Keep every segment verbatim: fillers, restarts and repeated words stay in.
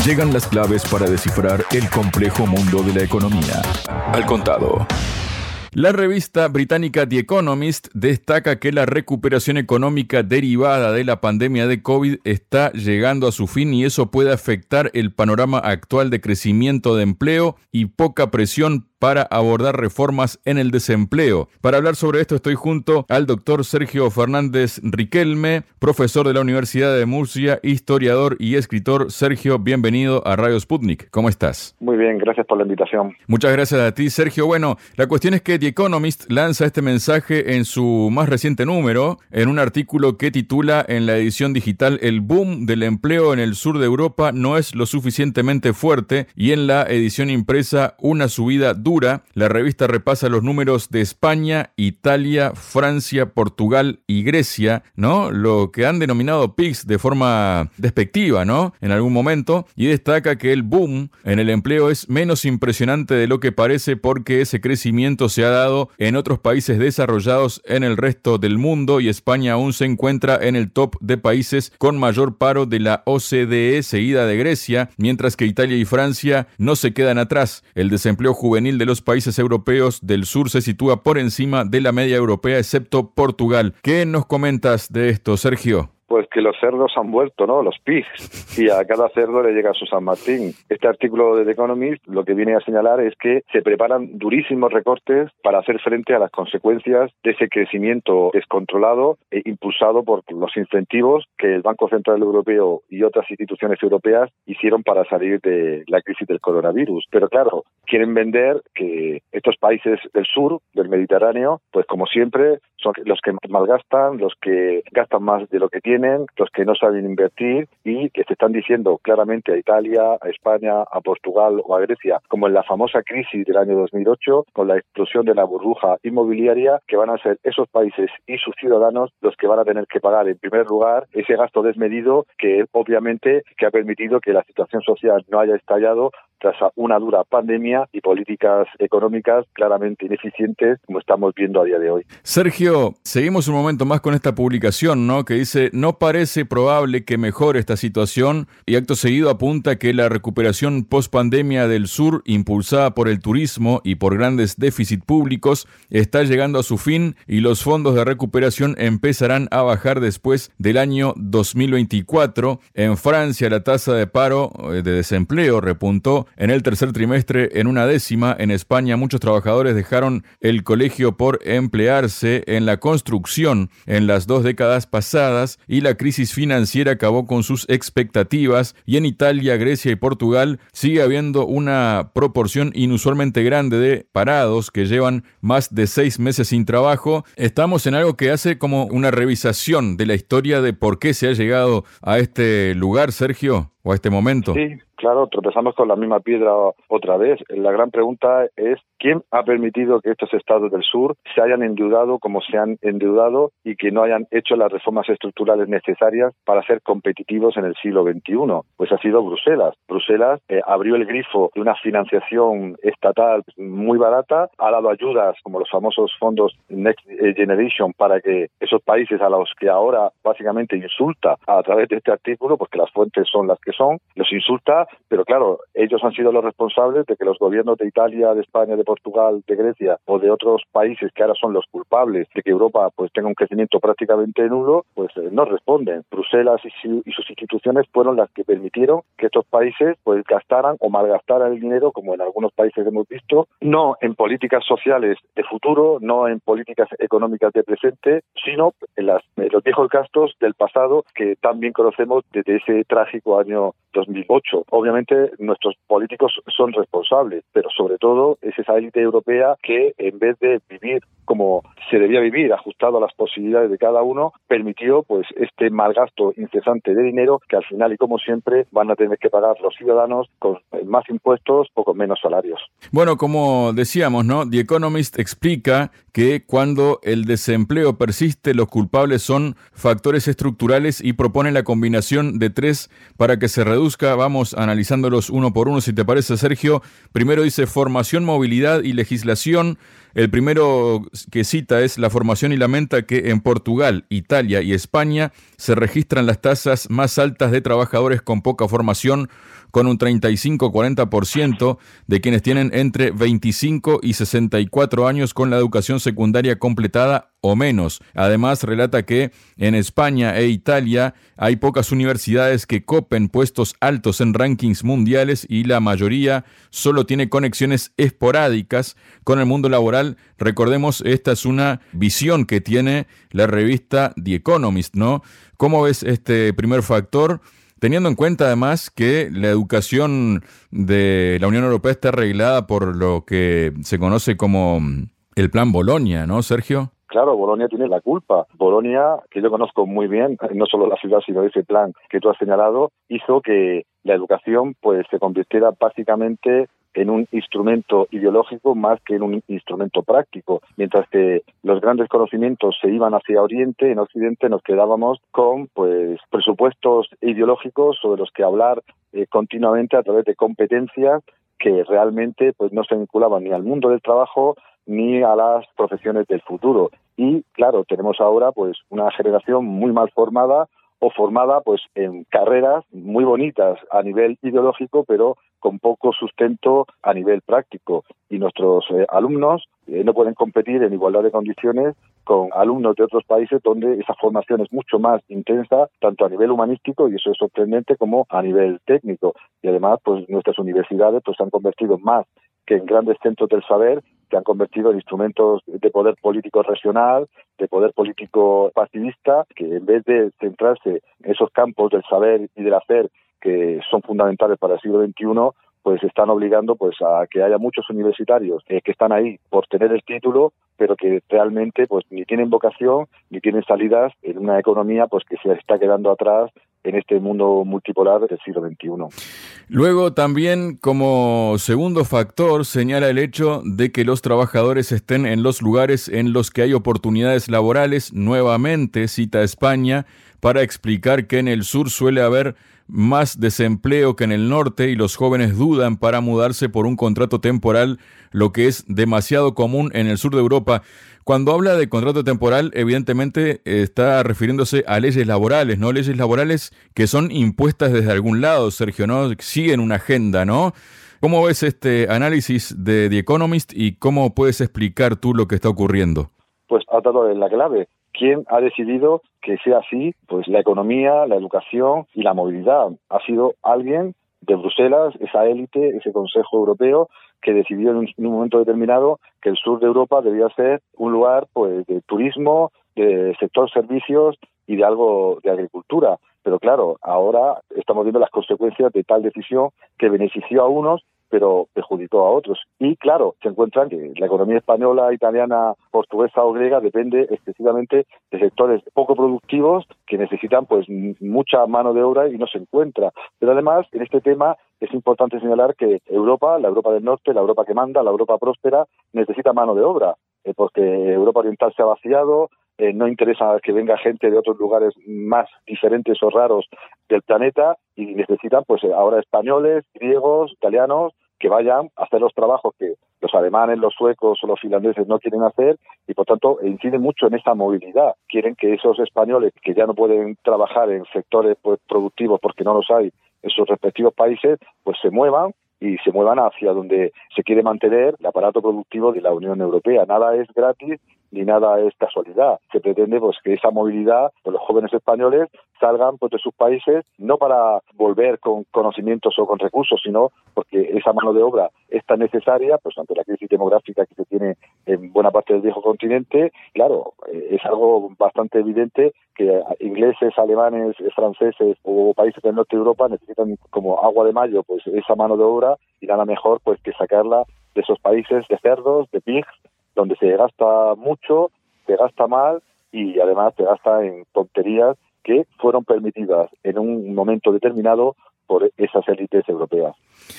Llegan las claves para descifrar el complejo mundo de la economía. Al contado. La revista británica The Economist destaca que la recuperación económica derivada de la pandemia de COVID está llegando a su fin y eso puede afectar el panorama actual de crecimiento de empleo y poca presión para abordar reformas en el desempleo. Para hablar sobre esto estoy junto al doctor Sergio Fernández Riquelme, profesor de la Universidad de Murcia, historiador y escritor. Sergio, bienvenido a Radio Sputnik. ¿Cómo estás? Muy bien, gracias por la invitación. Muchas gracias a ti, Sergio. Bueno, la cuestión es que The Economist lanza este mensaje en su más reciente número, en un artículo que titula en la edición digital "El boom del empleo en el sur de Europa no es lo suficientemente fuerte", y en la edición impresa "Una subida dura". La revista repasa los números de España, Italia, Francia, Portugal y Grecia, ¿no? Lo que han denominado P I Gs de forma despectiva, ¿no? En algún momento, y destaca que el boom en el empleo es menos impresionante de lo que parece porque ese crecimiento se ha dado en otros países desarrollados en el resto del mundo y España aún se encuentra en el top de países con mayor paro de la O C D E, seguida de Grecia, mientras que Italia y Francia no se quedan atrás. El desempleo juvenil de los países europeos del sur se sitúa por encima de la media europea, excepto Portugal. ¿Qué nos comentas de esto, Sergio? Pues que los cerdos han vuelto, ¿no? Los P I Gs. Y a cada cerdo le llega su San Martín. Este artículo de The Economist lo que viene a señalar es que se preparan durísimos recortes para hacer frente a las consecuencias de ese crecimiento descontrolado e impulsado por los incentivos que el Banco Central Europeo y otras instituciones europeas hicieron para salir de la crisis del coronavirus. Pero claro, quieren vender que estos países del sur, del Mediterráneo, pues como siempre, son los que malgastan, los que gastan más de lo que tienen, los que no saben invertir y que se están diciendo claramente a Italia, a España, a Portugal o a Grecia, como en la famosa crisis del año dos mil ocho, con la explosión de la burbuja inmobiliaria, que van a ser esos países y sus ciudadanos los que van a tener que pagar en primer lugar ese gasto desmedido que obviamente que ha permitido que la situación social no haya estallado tras una dura pandemia y políticas económicas claramente ineficientes como estamos viendo a día de hoy. Sergio, seguimos un momento más con esta publicación, ¿no? Que dice: no parece probable que mejore esta situación, y acto seguido apunta que la recuperación post-pandemia del sur, impulsada por el turismo y por grandes déficits públicos, está llegando a su fin y los fondos de recuperación empezarán a bajar después del año dos mil veinticuatro. En Francia la tasa de paro, de desempleo, repuntó en el tercer trimestre en una décima. En España muchos trabajadores dejaron el colegio por emplearse en la construcción en las dos décadas pasadas y la crisis financiera acabó con sus expectativas. Y en Italia, Grecia y Portugal sigue habiendo una proporción inusualmente grande de parados que llevan más de seis meses sin trabajo. Estamos en algo que hace como una revisación de la historia de por qué se ha llegado a este lugar, Sergio, o a este momento. Sí. Claro, tropezamos con la misma piedra otra vez. La gran pregunta es ¿quién ha permitido que estos estados del sur se hayan endeudado como se han endeudado y que no hayan hecho las reformas estructurales necesarias para ser competitivos en el siglo veintiuno? Pues ha sido Bruselas. Bruselas eh, abrió el grifo de una financiación estatal muy barata, ha dado ayudas como los famosos fondos Next Generation para que esos países a los que ahora básicamente insulta a través de este artículo, porque las fuentes son las que son, los insulta. Pero claro, ellos han sido los responsables de que los gobiernos de Italia, de España, de Portugal, de Grecia o de otros países que ahora son los culpables de que Europa pues tenga un crecimiento prácticamente nulo, pues eh, no responden. Bruselas y, su, y sus instituciones fueron las que permitieron que estos países pues gastaran o malgastaran el dinero, como en algunos países hemos visto, no en políticas sociales de futuro, no en políticas económicas de presente, sino en, las, en los viejos gastos del pasado que tan bien conocemos desde ese trágico año dos mil ocho. Obviamente nuestros políticos son responsables, pero sobre todo es esa élite europea que en vez de vivir como se debía vivir, ajustado a las posibilidades de cada uno, permitió pues este malgasto incesante de dinero que al final y como siempre van a tener que pagar los ciudadanos con más impuestos o con menos salarios. Bueno, como decíamos, ¿no? The Economist explica que cuando el desempleo persiste, los culpables son factores estructurales y propone la combinación de tres para que se reduzca. Vamos analizándolos uno por uno, si te parece, Sergio. Primero dice formación, movilidad y legislación. El primero que cita es la formación y lamenta que en Portugal, Italia y España se registran las tasas más altas de trabajadores con poca formación, con un treinta y cinco a cuarenta por ciento de quienes tienen entre veinticinco y sesenta y cuatro años con la educación secundaria completada o menos. Además, relata que en España e Italia hay pocas universidades que copen puestos altos en rankings mundiales y la mayoría solo tiene conexiones esporádicas con el mundo laboral. Recordemos, esta es una visión que tiene la revista The Economist, ¿no? ¿Cómo ves este primer factor? Teniendo en cuenta además que la educación de la Unión Europea está arreglada por lo que se conoce como el Plan Bolonia, ¿no, Sergio? Claro, Bolonia tiene la culpa. Bolonia, que yo conozco muy bien, no solo la ciudad, sino ese plan que tú has señalado, hizo que la educación pues se convirtiera básicamente en un instrumento ideológico más que en un instrumento práctico. Mientras que los grandes conocimientos se iban hacia Oriente, en Occidente nos quedábamos con pues presupuestos ideológicos sobre los que hablar eh, continuamente a través de competencias que realmente pues no se vinculaban ni al mundo del trabajo ni a las profesiones del futuro. Y claro, tenemos ahora pues una generación muy mal formada o formada pues en carreras muy bonitas a nivel ideológico, pero con poco sustento a nivel práctico. Y nuestros eh, alumnos eh, no pueden competir en igualdad de condiciones con alumnos de otros países donde esa formación es mucho más intensa, tanto a nivel humanístico, y eso es sorprendente, como a nivel técnico. Y además, pues nuestras universidades pues se han convertido más que en grandes centros del saber, se han convertido en instrumentos de poder político regional, de poder político partidista, que en vez de centrarse en esos campos del saber y del hacer que son fundamentales para el siglo veintiuno, pues están obligando pues a que haya muchos universitarios eh, que están ahí por tener el título, pero que realmente pues ni tienen vocación ni tienen salidas en una economía pues que se está quedando atrás en este mundo multipolar del siglo veintiuno. Luego también, como segundo factor, señala el hecho de que los trabajadores estén en los lugares en los que hay oportunidades laborales. Nuevamente cita a España para explicar que en el sur suele haber más desempleo que en el norte y los jóvenes dudan para mudarse por un contrato temporal, lo que es demasiado común en el sur de Europa. Cuando habla de contrato temporal, evidentemente está refiriéndose a leyes laborales, ¿no? Leyes laborales que son impuestas desde algún lado, Sergio, ¿no? Siguen una agenda, ¿no? ¿Cómo ves este análisis de The Economist y cómo puedes explicar tú lo que está ocurriendo? Pues ha dado en la clave. ¿Quién ha decidido que sea así? Pues la economía, la educación y la movilidad. Ha sido alguien de Bruselas, esa élite, ese Consejo Europeo, que decidió en un, en un momento determinado que el sur de Europa debía ser un lugar pues de turismo, de sector servicios y de algo de agricultura. Pero claro, ahora estamos viendo las consecuencias de tal decisión que benefició a unos pero perjudicó a otros. Y claro, se encuentran que la economía española, italiana, portuguesa o griega depende excesivamente de sectores poco productivos que necesitan pues mucha mano de obra y no se encuentra. Pero además, en este tema es importante señalar que Europa, la Europa del Norte, la Europa que manda, la Europa próspera, necesita mano de obra, eh, porque Europa Oriental se ha vaciado. Eh, no interesa que venga gente de otros lugares más diferentes o raros del planeta y necesitan pues ahora españoles, griegos, italianos que vayan a hacer los trabajos que los alemanes, los suecos o los finlandeses no quieren hacer y por tanto inciden mucho en esa movilidad. Quieren que esos españoles que ya no pueden trabajar en sectores pues productivos porque no los hay en sus respectivos países, pues se muevan y se muevan hacia donde se quiere mantener el aparato productivo de la Unión Europea. Nada es gratis ni nada es casualidad. Se pretende pues que esa movilidad de los jóvenes españoles salgan pues de sus países no para volver con conocimientos o con recursos, sino porque esa mano de obra es tan necesaria pues ante la crisis demográfica que se tiene en buena parte del viejo continente. Claro, es algo bastante evidente que ingleses, alemanes, franceses o países del norte de Europa necesitan como agua de mayo pues esa mano de obra y nada mejor pues que sacarla de esos países de cerdos, de pigs, donde se gasta mucho, se gasta mal y además se gasta en tonterías que fueron permitidas en un momento determinado por esas élites europeas.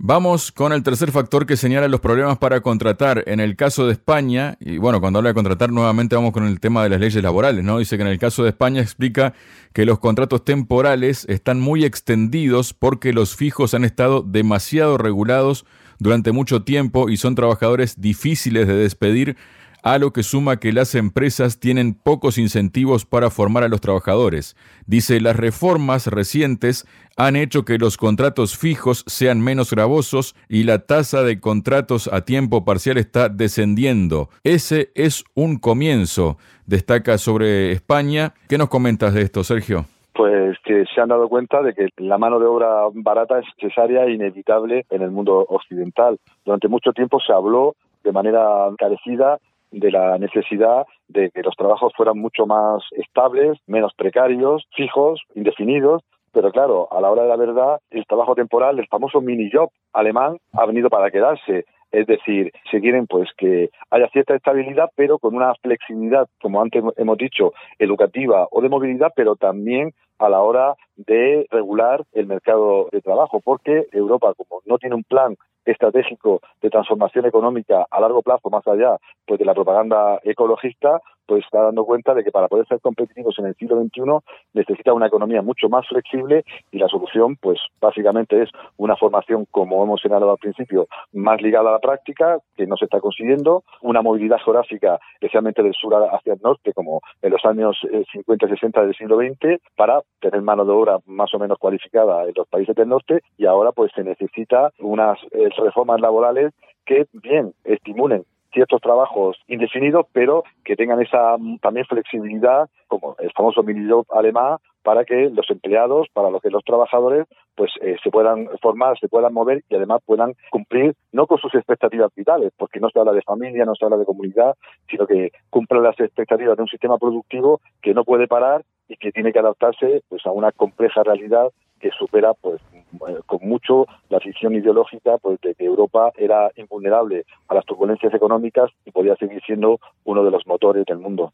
Vamos con el tercer factor que señala los problemas para contratar. En el caso de España, y bueno, cuando habla de contratar, nuevamente vamos con el tema de las leyes laborales, ¿no? Dice que en el caso de España explica que los contratos temporales están muy extendidos porque los fijos han estado demasiado regulados durante mucho tiempo y son trabajadores difíciles de despedir, a lo que suma que las empresas tienen pocos incentivos para formar a los trabajadores. Dice, las reformas recientes han hecho que los contratos fijos sean menos gravosos y la tasa de contratos a tiempo parcial está descendiendo. Ese es un comienzo, destaca sobre España. ¿Qué nos comentas de esto, Sergio? Pues que se han dado cuenta de que la mano de obra barata es necesaria e inevitable en el mundo occidental. Durante mucho tiempo se habló de manera encarecida de la necesidad de que los trabajos fueran mucho más estables, menos precarios, fijos, indefinidos, pero claro, a la hora de la verdad, el trabajo temporal, el famoso mini-job alemán, ha venido para quedarse. Es decir, se quieren pues que haya cierta estabilidad, pero con una flexibilidad, como antes hemos dicho, educativa o de movilidad, pero también a la hora de regular el mercado de trabajo, porque Europa, como no tiene un plan estratégico de transformación económica a largo plazo, más allá pues de la propaganda ecologista, pues está dando cuenta de que para poder ser competitivos en el siglo veintiuno necesita una economía mucho más flexible y la solución pues básicamente es una formación, como hemos señalado al principio, más ligada a la práctica, que no se está consiguiendo, una movilidad geográfica, especialmente del sur hacia el norte, como en los años cincuenta y sesenta del siglo veinte, para tener mano de obra más o menos cualificada en los países del norte, y ahora pues se necesita unas eh, reformas laborales que bien estimulen ciertos trabajos indefinidos, pero que tengan esa también flexibilidad, como el famoso mini-job alemán, para que los empleados, para lo que los trabajadores, pues eh, se puedan formar, se puedan mover y además puedan cumplir, no con sus expectativas vitales, porque no se habla de familia, no se habla de comunidad, sino que cumplan las expectativas de un sistema productivo que no puede parar y que tiene que adaptarse pues a una compleja realidad que supera pues con mucho la ficción ideológica pues de que Europa era invulnerable a las turbulencias económicas y podía seguir siendo uno de los motores del mundo.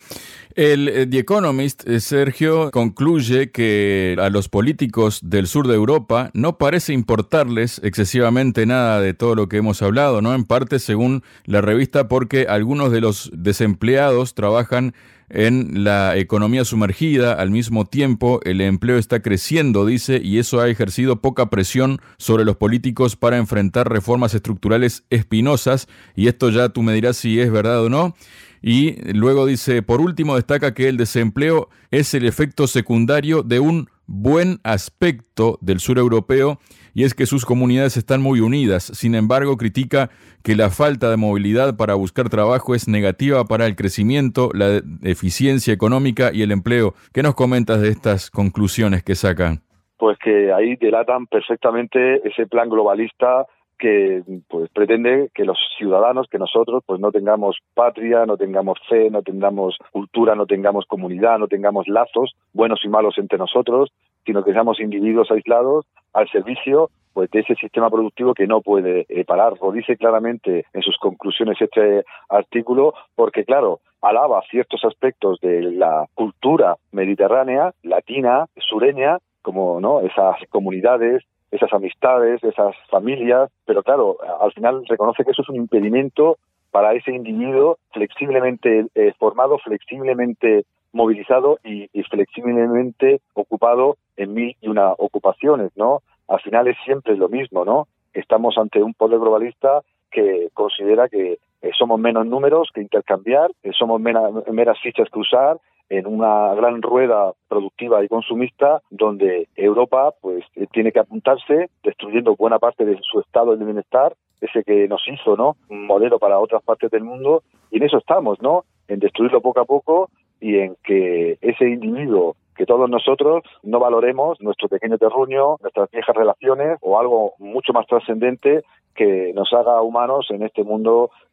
El The Economist, Sergio, concluye que a los políticos del sur de Europa no parece importarles excesivamente nada de todo lo que hemos hablado, ¿no? En parte, según la revista, porque algunos de los desempleados trabajan en la economía sumergida. Al mismo tiempo, el empleo está creciendo, dice, y eso ha ejercido poca presión sobre los políticos para enfrentar reformas estructurales espinosas, y esto ya tú me dirás si es verdad o no. Y luego dice, por último, destaca que el desempleo es el efecto secundario de un buen aspecto del sur europeo, y es que sus comunidades están muy unidas. Sin embargo, critica que la falta de movilidad para buscar trabajo es negativa para el crecimiento, la eficiencia económica y el empleo. ¿Qué nos comentas de estas conclusiones que sacan? Pues que ahí delatan perfectamente ese plan globalista que pues pretende que los ciudadanos, que nosotros pues no tengamos patria, no tengamos fe, no tengamos cultura, no tengamos comunidad, no tengamos lazos buenos y malos entre nosotros, sino que seamos individuos aislados al servicio pues de ese sistema productivo que no puede eh, parar. Lo dice claramente en sus conclusiones este artículo, porque claro, alaba ciertos aspectos de la cultura mediterránea, latina, sureña, como no esas comunidades, esas amistades, esas familias, pero claro, al final reconoce que eso es un impedimento para ese individuo flexiblemente eh, formado, flexiblemente movilizado y, y flexiblemente ocupado en mil y una ocupaciones, ¿no? Al final es siempre lo mismo, ¿no? Estamos ante un poder globalista que considera que eh, somos menos números que intercambiar, que somos mena, meras fichas que usar, en una gran rueda productiva y consumista donde Europa pues tiene que apuntarse destruyendo buena parte de su estado de bienestar, ese que nos hizo, ¿no?, un modelo para otras partes del mundo, y en eso estamos, ¿no?, en destruirlo poco a poco y en que ese individuo, que todos nosotros no valoremos nuestro pequeño terruño, nuestras viejas relaciones o algo mucho más trascendente que nos haga humanos en este mundo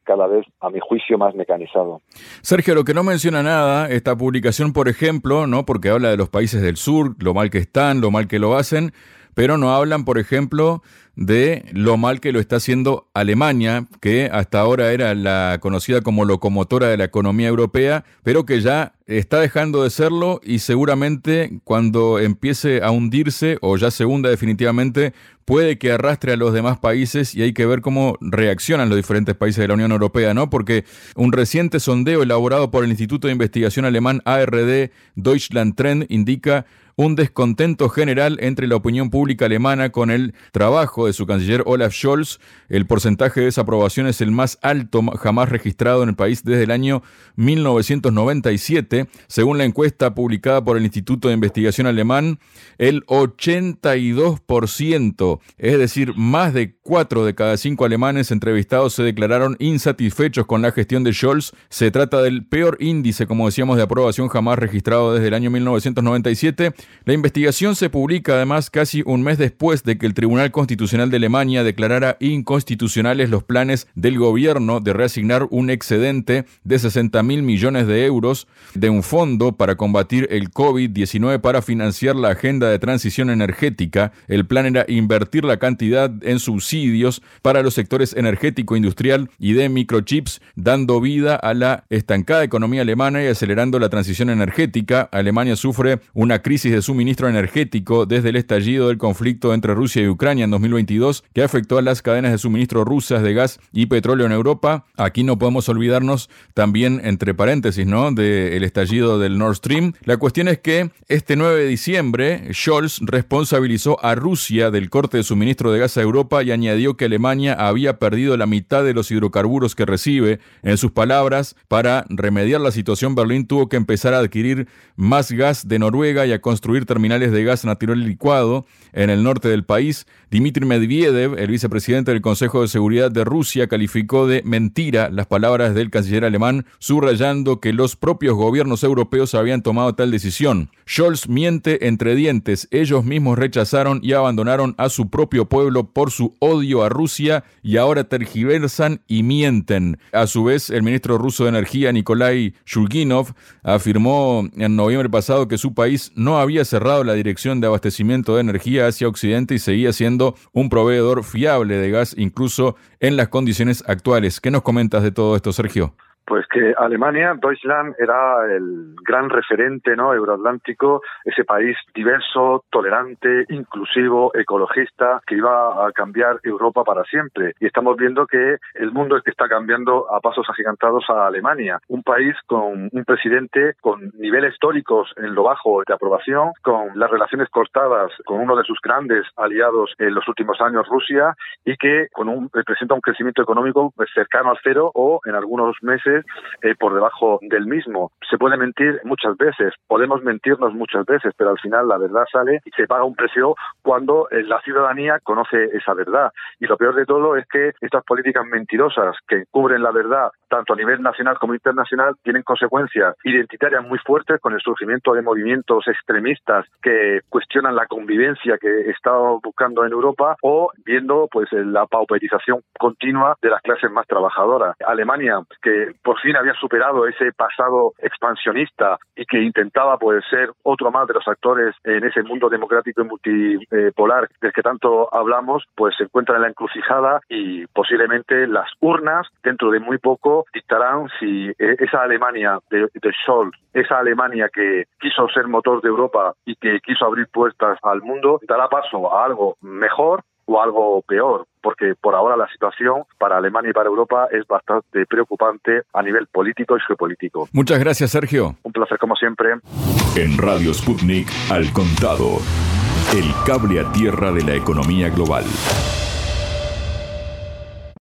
cada vez, a mi juicio, más mecanizado. Sergio, lo que no menciona nada, esta publicación, por ejemplo, ¿no? Porque habla de los países del sur, lo mal que están, lo mal que lo hacen, pero no hablan, por ejemplo, de lo mal que lo está haciendo Alemania, que hasta ahora era la conocida como locomotora de la economía europea, pero que ya está dejando de serlo y seguramente cuando empiece a hundirse o ya se hunda definitivamente, puede que arrastre a los demás países y hay que ver cómo reaccionan los diferentes países de la Unión Europea, ¿no? Porque un reciente sondeo elaborado por el Instituto de Investigación Alemán A R D Deutschland Trend indica un descontento general entre la opinión pública alemana con el trabajo de su canciller Olaf Scholz. El porcentaje de desaprobación es el más alto jamás registrado en el país desde el año mil novecientos noventa y siete. Según la encuesta publicada por el Instituto de Investigación Alemán, el ochenta y dos por ciento, es decir, más de cuatro de cada cinco alemanes entrevistados se declararon insatisfechos con la gestión de Scholz. Se trata del peor índice, como decíamos, de aprobación jamás registrado desde el año mil novecientos noventa y siete. La investigación se publica además casi un mes después de que el Tribunal Constitucional de Alemania declarara inconstitucionales los planes del gobierno de reasignar un excedente de sesenta mil millones de euros de un fondo para combatir el COVID diecinueve para financiar la agenda de transición energética. El plan era invertir la cantidad en subsidios para los sectores energético, industrial y de microchips, dando vida a la estancada economía alemana y acelerando la transición energética. Alemania sufre una crisis de suministro energético desde el estallido del conflicto entre Rusia y Ucrania en dos mil veintidós, que afectó a las cadenas de suministro rusas de gas y petróleo en Europa. Aquí no podemos olvidarnos también, entre paréntesis, ¿no?, del estallido del Nord Stream. La cuestión es que este nueve de diciembre, Scholz responsabilizó a Rusia del corte de suministro de gas a Europa y añadió que Alemania había perdido la mitad de los hidrocarburos que recibe. En sus palabras, para remediar la situación, Berlín tuvo que empezar a adquirir más gas de Noruega y a construir terminales de gas natural licuado en el norte del país. Dmitry Medvedev, el vicepresidente del Consejo de Seguridad de Rusia, calificó de mentira las palabras del canciller alemán, subrayando que los propios gobiernos europeos habían tomado tal decisión. Scholz miente entre dientes. Ellos mismos rechazaron y abandonaron a su propio pueblo por su odio a Rusia y ahora tergiversan y mienten. A su vez, el ministro ruso de Energía, Nikolai Shulginov, afirmó en noviembre pasado que su país no había cerrado la dirección de abastecimiento de energía hacia Occidente y seguía siendo un proveedor fiable de gas, incluso en las condiciones actuales. ¿Qué nos comentas de todo esto, Sergio? Pues que Alemania, Deutschland, era el gran referente, ¿no?, euroatlántico, ese país diverso, tolerante, inclusivo, ecologista, que iba a cambiar Europa para siempre. Y estamos viendo que el mundo es que está cambiando a pasos agigantados a Alemania, un país con un presidente con niveles históricos en lo bajo de aprobación, con las relaciones cortadas con uno de sus grandes aliados en los últimos años, Rusia, y que con un presenta un crecimiento económico pues, cercano al cero o en algunos meses Eh, por debajo del mismo. Se puede mentir muchas veces, podemos mentirnos muchas veces, pero al final la verdad sale y se paga un precio cuando eh, la ciudadanía conoce esa verdad. Y lo peor de todo es que estas políticas mentirosas que cubren la verdad, tanto a nivel nacional como internacional, tienen consecuencias identitarias muy fuertes con el surgimiento de movimientos extremistas que cuestionan la convivencia que estamos buscando en Europa o viendo pues la pauperización continua de las clases más trabajadoras. Alemania, que por fin había superado ese pasado expansionista y que intentaba pues ser otro más de los actores en ese mundo democrático y multipolar del que tanto hablamos, pues se encuentra en la encrucijada y posiblemente las urnas dentro de muy poco dictarán si esa Alemania de, de Scholz, esa Alemania que quiso ser motor de Europa y que quiso abrir puertas al mundo, dará paso a algo mejor o algo peor, porque por ahora la situación para Alemania y para Europa es bastante preocupante a nivel político y geopolítico. Muchas gracias, Sergio. Un placer como siempre. En Radio Sputnik, Al Contado, el cable a tierra de la economía global.